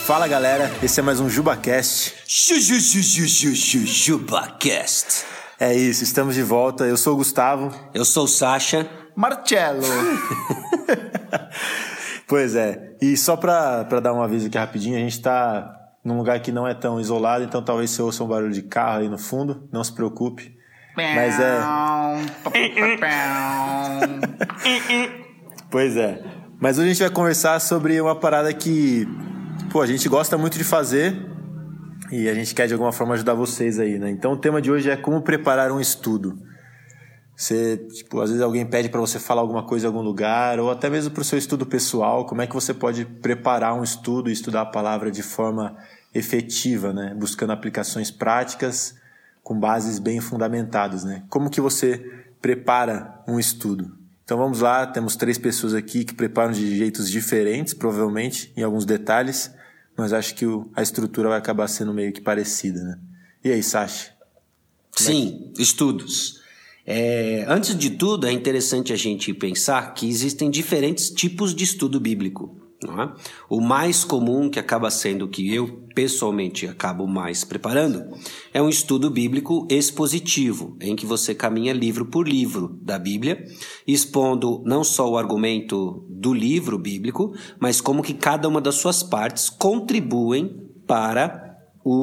Fala galera, esse é mais um JubaCast. JubaCast. É isso, estamos de volta. Eu sou o Gustavo. Eu sou o Sasha. Marcello. Pois é, e só pra dar um aviso aqui rapidinho, a gente tá num lugar que não é tão isolado, então talvez você ouça um barulho de carro aí no fundo, não se preocupe. Mas é... Pois é, mas hoje a gente vai conversar sobre uma parada que, a gente gosta muito de fazer e a gente quer de alguma forma ajudar vocês aí, né? Então o tema de hoje é como preparar um estudo. Você, às vezes alguém pede para você falar alguma coisa em algum lugar, ou até mesmo para o seu estudo pessoal, como é que você pode preparar um estudo e estudar a palavra de forma efetiva, né? Buscando aplicações práticas com bases bem fundamentadas, né? Como que você prepara um estudo? Então vamos lá, temos 3 pessoas aqui que preparam de jeitos diferentes, provavelmente, em alguns detalhes, mas acho que a estrutura vai acabar sendo meio que parecida, né? E aí, Sasha? Sim, estudos. Antes de tudo, é interessante a gente pensar que existem diferentes tipos de estudo bíblico. Não é? O mais comum, que acaba sendo o que eu pessoalmente acabo mais preparando, é um estudo bíblico expositivo, em que você caminha livro por livro da Bíblia, expondo não só o argumento do livro bíblico, mas como que cada uma das suas partes contribuem para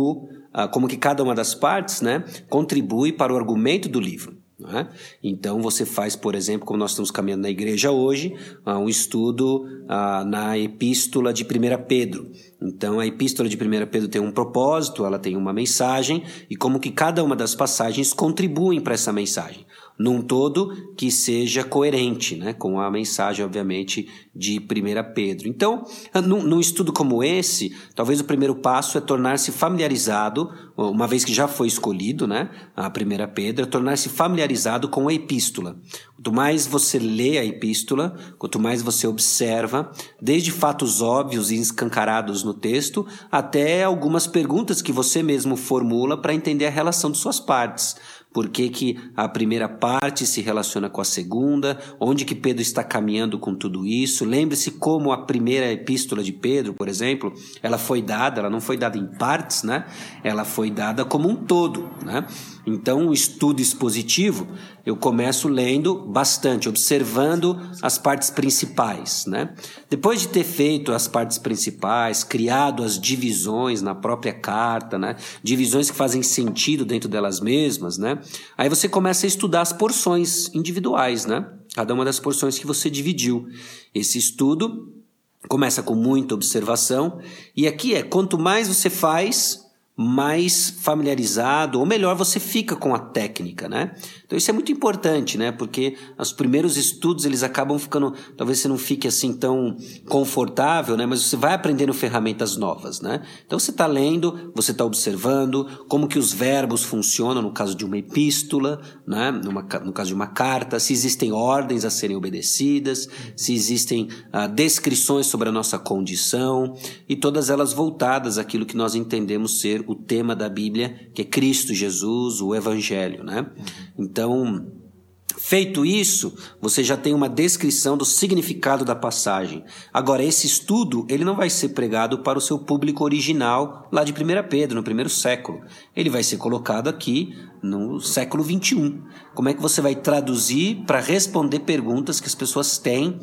como que cada uma das partes, né, contribui para o argumento do livro. Então você faz, por exemplo, como nós estamos caminhando na igreja hoje, um estudo na epístola de 1 Pedro. Então a epístola de 1 Pedro tem um propósito, ela tem uma mensagem, e como que cada uma das passagens contribuem para essa mensagem, num todo que seja coerente, né, com a mensagem, obviamente, de 1 Pedro. Então, num estudo como esse, talvez o primeiro passo é tornar-se familiarizado, uma vez que já foi escolhido, né, a 1 Pedro, é tornar-se familiarizado com a epístola. Quanto mais você lê a epístola, quanto mais você observa, desde fatos óbvios e escancarados no texto, até algumas perguntas que você mesmo formula para entender a relação de suas partes. Por que a primeira parte se relaciona com a segunda? Onde que Pedro está caminhando com tudo isso? Lembre-se como a primeira epístola de Pedro, por exemplo, ela não foi dada em partes, né? Ela foi dada como um todo, né? Então, o estudo expositivo, eu começo lendo bastante, observando as partes principais, né? Depois de ter feito as partes principais, criado as divisões na própria carta, né? Divisões que fazem sentido dentro delas mesmas, né? Aí você começa a estudar as porções individuais, né? Cada uma das porções que você dividiu. Esse estudo começa com muita observação, e aqui quanto mais você faz, mais familiarizado, ou melhor, você fica com a técnica, né? Então isso é muito importante, né? Porque os primeiros estudos, eles acabam ficando, talvez você não fique assim tão confortável, né? Mas você vai aprendendo ferramentas novas, né? Então você está lendo, você está observando como que os verbos funcionam no caso de uma epístola, né? No caso de uma carta, se existem ordens a serem obedecidas, se existem descrições sobre a nossa condição, e todas elas voltadas àquilo que nós entendemos ser o tema da Bíblia, que é Cristo Jesus, o Evangelho, né? Então, feito isso, você já tem uma descrição do significado da passagem. Agora, esse estudo, ele não vai ser pregado para o seu público original lá de 1 Pedro, no primeiro século. Ele vai ser colocado aqui no século 21. Como é que você vai traduzir para responder perguntas que as pessoas têm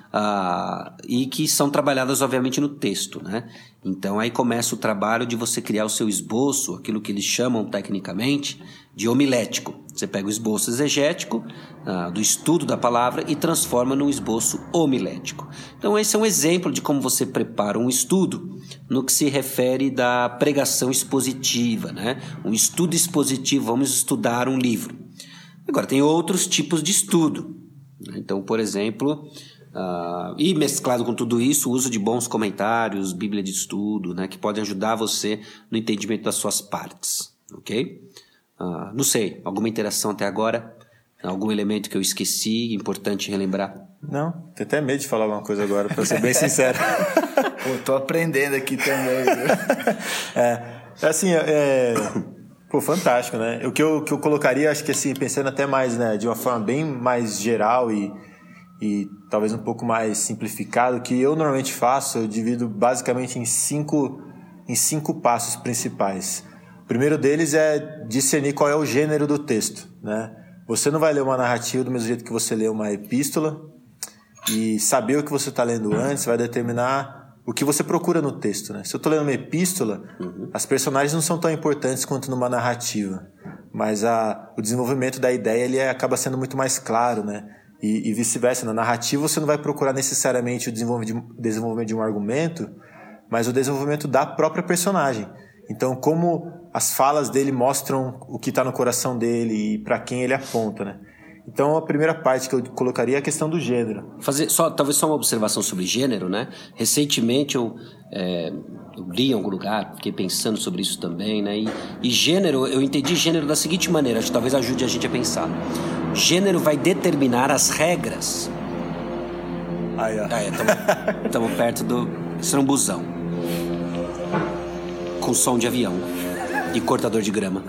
e que são trabalhadas, obviamente, no texto, né? Então, aí começa o trabalho de você criar o seu esboço, aquilo que eles chamam tecnicamente de homilético. Você pega o esboço exegético do estudo da palavra e transforma num esboço homilético. Então, esse é um exemplo de como você prepara um estudo no que se refere da pregação expositiva, né? Um estudo expositivo, vamos estudar um livro. Agora, tem outros tipos de estudo. Então, por exemplo... e mesclado com tudo isso, o uso de bons comentários, Bíblia de estudo, né, que podem ajudar você no entendimento das suas partes, ok? Não sei, alguma interação até agora? Algum elemento que eu esqueci, importante relembrar? Não, tenho até medo de falar alguma coisa agora, para ser bem sincero. Pô, tô aprendendo aqui também. Fantástico, né? O que eu colocaria, acho que assim, pensando até mais, né, de uma forma bem mais geral e talvez um pouco mais simplificado, que eu normalmente faço, eu divido basicamente em 5 em 5 passos principais. O primeiro deles é discernir qual é o gênero do texto, né? Você não vai ler uma narrativa do mesmo jeito que você lê uma epístola, e saber o que você está lendo antes vai determinar o que você procura no texto, né? Se eu estou lendo uma epístola, as personagens não são tão importantes quanto numa narrativa, mas o desenvolvimento da ideia ele acaba sendo muito mais claro, né? E vice-versa. Na narrativa você não vai procurar necessariamente o desenvolvimento de um argumento, mas o desenvolvimento da própria personagem. Então, como as falas dele mostram o que está no coração dele e para quem ele aponta, né? Então, a primeira parte que eu colocaria é a questão do gênero. Talvez só uma observação sobre gênero, né? Recentemente eu li em algum lugar, fiquei pensando sobre isso também, né? E gênero, eu entendi gênero da seguinte maneira, acho que talvez ajude a gente a pensar. Gênero vai determinar as regras. Aí, ó. Estamos perto do estrambuzão. Com som de avião e cortador de grama.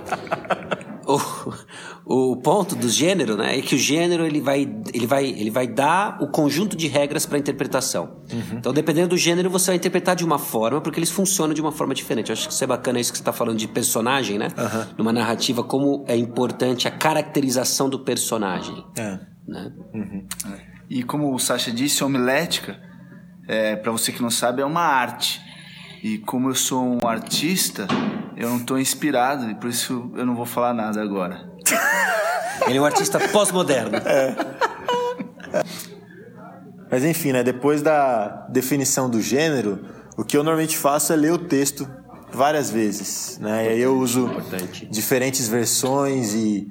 O ponto do gênero, né, é que o gênero ele vai dar o conjunto de regras para a interpretação. Então, dependendo do gênero, você vai interpretar de uma forma, porque eles funcionam de uma forma diferente. Eu acho que isso é bacana, isso que você está falando de personagem, né? Numa narrativa, como é importante a caracterização do personagem. Né? E como o Sacha disse, a homilética, para você que não sabe, é uma arte. E como eu sou um artista, eu não estou inspirado, e por isso eu não vou falar nada agora. Ele é um artista pós-moderno. Mas enfim, né, depois da definição do gênero, o que eu normalmente faço é ler o texto várias vezes, né? E aí eu uso diferentes versões e...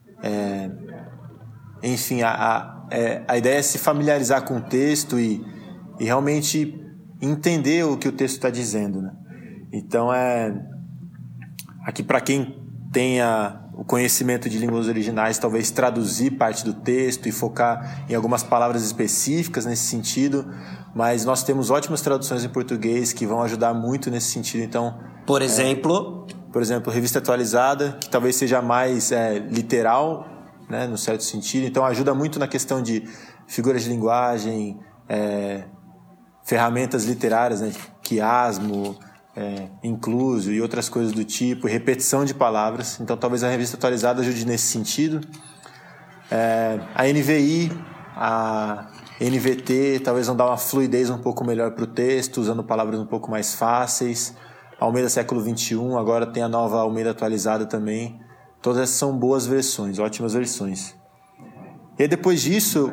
enfim, a ideia é se familiarizar com o texto e realmente entender o que o texto está dizendo, né? Então, aqui para quem tenha o conhecimento de línguas originais, talvez traduzir parte do texto e focar em algumas palavras específicas nesse sentido, mas nós temos ótimas traduções em português que vão ajudar muito nesse sentido. Então, por exemplo, Revista Atualizada, que talvez seja mais literal, né, no certo sentido. Então, ajuda muito na questão de figuras de linguagem, ferramentas literárias, né, quiasmo, incluso e outras coisas do tipo, repetição de palavras. Então talvez a Revista Atualizada ajude nesse sentido. A NVI, a NVT talvez vão dar uma fluidez um pouco melhor para o texto, usando palavras um pouco mais fáceis. A Almeida Século XXI, agora tem a nova Almeida Atualizada também. Todas essas são boas versões, ótimas versões. E aí, depois disso,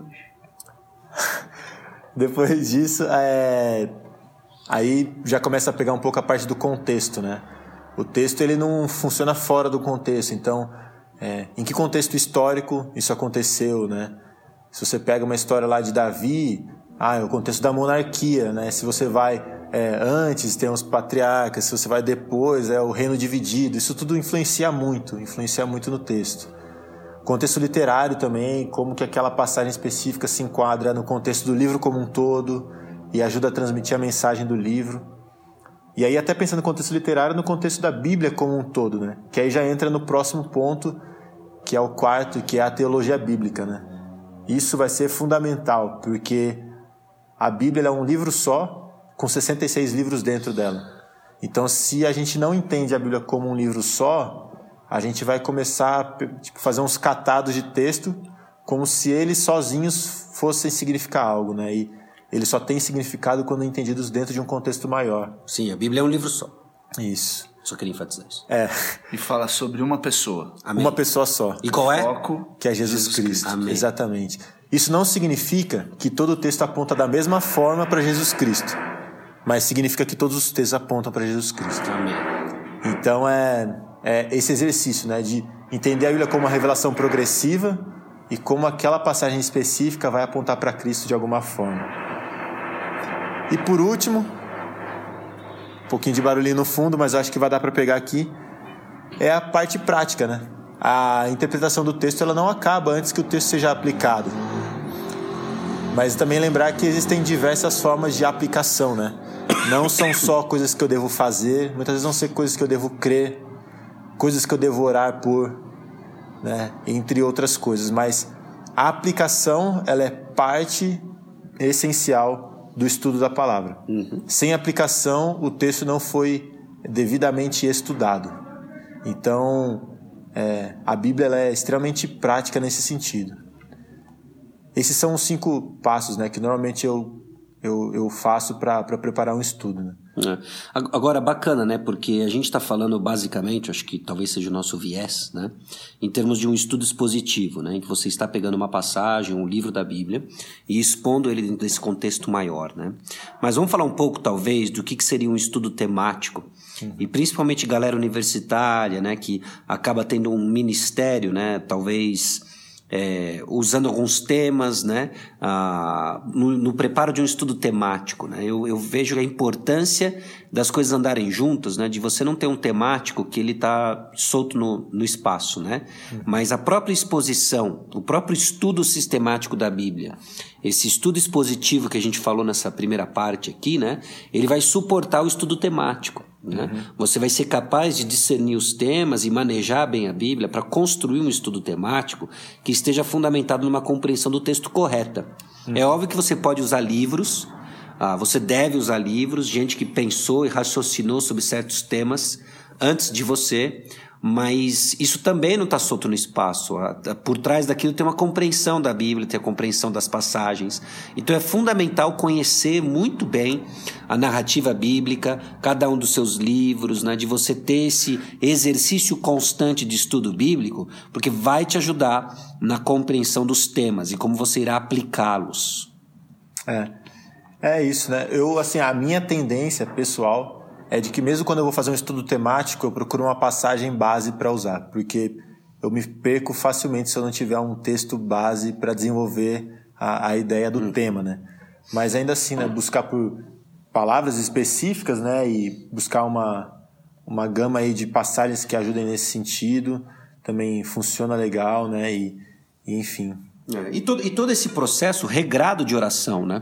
aí já começa a pegar um pouco a parte do contexto, né? O texto ele não funciona fora do contexto. Então, em que contexto histórico isso aconteceu, né? Se você pega uma história lá de Davi, é o contexto da monarquia, né? Se você vai antes, tem os patriarcas. Se você vai depois, é o reino dividido. Isso tudo influencia muito no texto. Contexto literário também, como que aquela passagem específica se enquadra no contexto do livro como um todo e ajuda a transmitir a mensagem do livro. E aí, até pensando no contexto literário, no contexto da Bíblia como um todo, né? Que aí já entra no próximo ponto, que é o quarto, que é a teologia bíblica, né? Isso vai ser fundamental, porque a Bíblia é um livro só, com 66 livros dentro dela. Então, se a gente não entende a Bíblia como um livro só, a gente vai começar a fazer uns catados de texto como se eles sozinhos fossem significar algo, né? E eles só têm significado quando entendidos dentro de um contexto maior. Sim, a Bíblia é um livro só. Isso. Só queria enfatizar isso. E fala sobre uma pessoa. Amém. Uma pessoa só. E qual é? Foco, que é Jesus Cristo. Amém. Exatamente. Isso não significa que todo o texto aponta da mesma forma para Jesus Cristo, mas significa que todos os textos apontam para Jesus Cristo. Amém. Então esse exercício, né, de entender a Bíblia como uma revelação progressiva e como aquela passagem específica vai apontar para Cristo de alguma forma. E por último, um pouquinho de barulhinho no fundo, mas eu acho que vai dar para pegar aqui, é a parte prática, né? A interpretação do texto ela não acaba antes que o texto seja aplicado. Mas também lembrar que existem diversas formas de aplicação, né? Não são só coisas que eu devo fazer, muitas vezes vão ser coisas que eu devo crer, coisas que eu devo orar por, né? Entre outras coisas. Mas a aplicação ela é parte essencial do estudo da palavra. Sem aplicação, o texto não foi devidamente estudado. Então, a Bíblia ela é extremamente prática nesse sentido. Esses são os 5 passos, né, que normalmente eu faço para preparar um estudo, né? Agora, bacana, né? Porque a gente está falando basicamente, acho que talvez seja o nosso viés, né? Em termos de um estudo expositivo, né? Em que você está pegando uma passagem, um livro da Bíblia e expondo ele dentro desse contexto maior, né? Mas vamos falar um pouco, talvez, do que seria um estudo temático. E principalmente galera universitária, né? Que acaba tendo um ministério, né? Talvez... usando alguns temas, né, no preparo de um estudo temático, né, eu vejo a importância das coisas andarem juntas, né, de você não ter um temático que ele está solto no espaço, né, mas a própria exposição, o próprio estudo sistemático da Bíblia, esse estudo expositivo que a gente falou nessa primeira parte aqui, né, ele vai suportar o estudo temático. Né? Você vai ser capaz de discernir os temas e manejar bem a Bíblia para construir um estudo temático que esteja fundamentado numa compreensão do texto correta. É óbvio que você pode usar livros, você deve usar livros, gente que pensou e raciocinou sobre certos temas antes de você, mas isso também não está solto no espaço. Por trás daquilo tem uma compreensão da Bíblia, tem a compreensão das passagens. Então é fundamental conhecer muito bem a narrativa bíblica, cada um dos seus livros, né, de você ter esse exercício constante de estudo bíblico, porque vai te ajudar na compreensão dos temas e como você irá aplicá-los. É isso, né? A minha tendência pessoal é de que mesmo quando eu vou fazer um estudo temático, eu procuro uma passagem base para usar, porque eu me perco facilmente se eu não tiver um texto base para desenvolver a ideia do tema, né? Mas ainda assim, né, buscar por palavras específicas, né, e buscar uma gama aí de passagens que ajudem nesse sentido, também funciona legal, né, e enfim. E todo esse processo regrado de oração, né?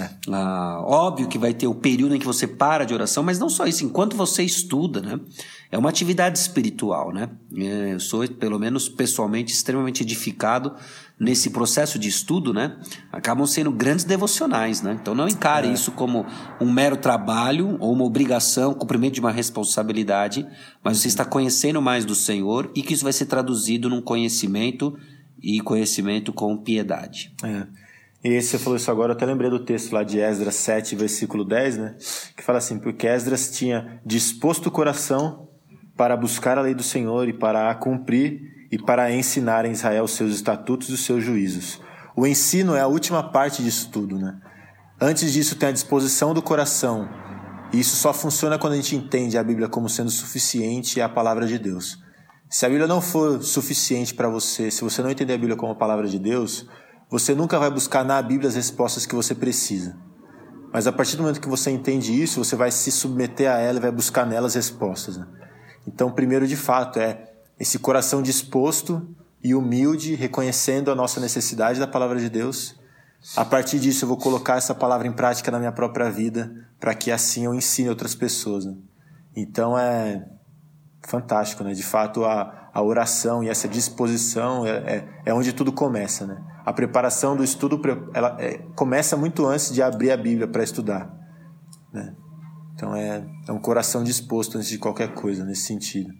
Óbvio que vai ter o período em que você para de oração, mas não só isso, enquanto você estuda, né? É uma atividade espiritual, né? Eu sou, pelo menos pessoalmente, extremamente edificado nesse processo de estudo, né? Acabam sendo grandes devocionais, né? Então não encare isso como um mero trabalho ou uma obrigação, cumprimento de uma responsabilidade, mas você está conhecendo mais do Senhor e que isso vai ser traduzido num conhecimento e conhecimento com piedade. E você falou isso agora, eu até lembrei do texto lá de Esdras 7, versículo 10, né? Que fala assim, porque Esdras tinha disposto o coração para buscar a lei do Senhor e para a cumprir e para ensinar em Israel os seus estatutos e os seus juízos. O ensino é a última parte disso tudo, né? Antes disso tem a disposição do coração. E isso só funciona quando a gente entende a Bíblia como sendo suficiente e a palavra de Deus. Se a Bíblia não for suficiente para você, se você não entender a Bíblia como a palavra de Deus, você nunca vai buscar na Bíblia as respostas que você precisa. Mas a partir do momento que você entende isso, você vai se submeter a ela e vai buscar nela as respostas, né? Então, primeiro, de fato, é esse coração disposto e humilde, reconhecendo a nossa necessidade da palavra de Deus. A partir disso, eu vou colocar essa palavra em prática na minha própria vida, para que assim eu ensine outras pessoas, né? Então, é fantástico, né? De fato, a oração e essa disposição é onde tudo começa, né? A preparação do estudo começa muito antes de abrir a Bíblia para estudar, né? Então é um coração disposto antes de qualquer coisa nesse sentido.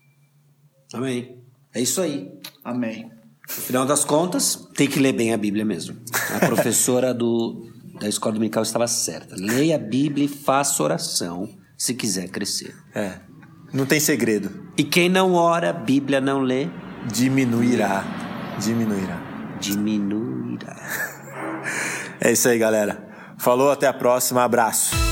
Amém. É isso aí. Amém. No final das contas, tem que ler bem a Bíblia mesmo. A professora da escola dominical estava certa. Leia a Bíblia e faça oração se quiser crescer. Não tem segredo. E quem não ora, a Bíblia não lê, Diminuirá. diminuirá. É isso aí, galera. Falou, até a próxima. Abraço.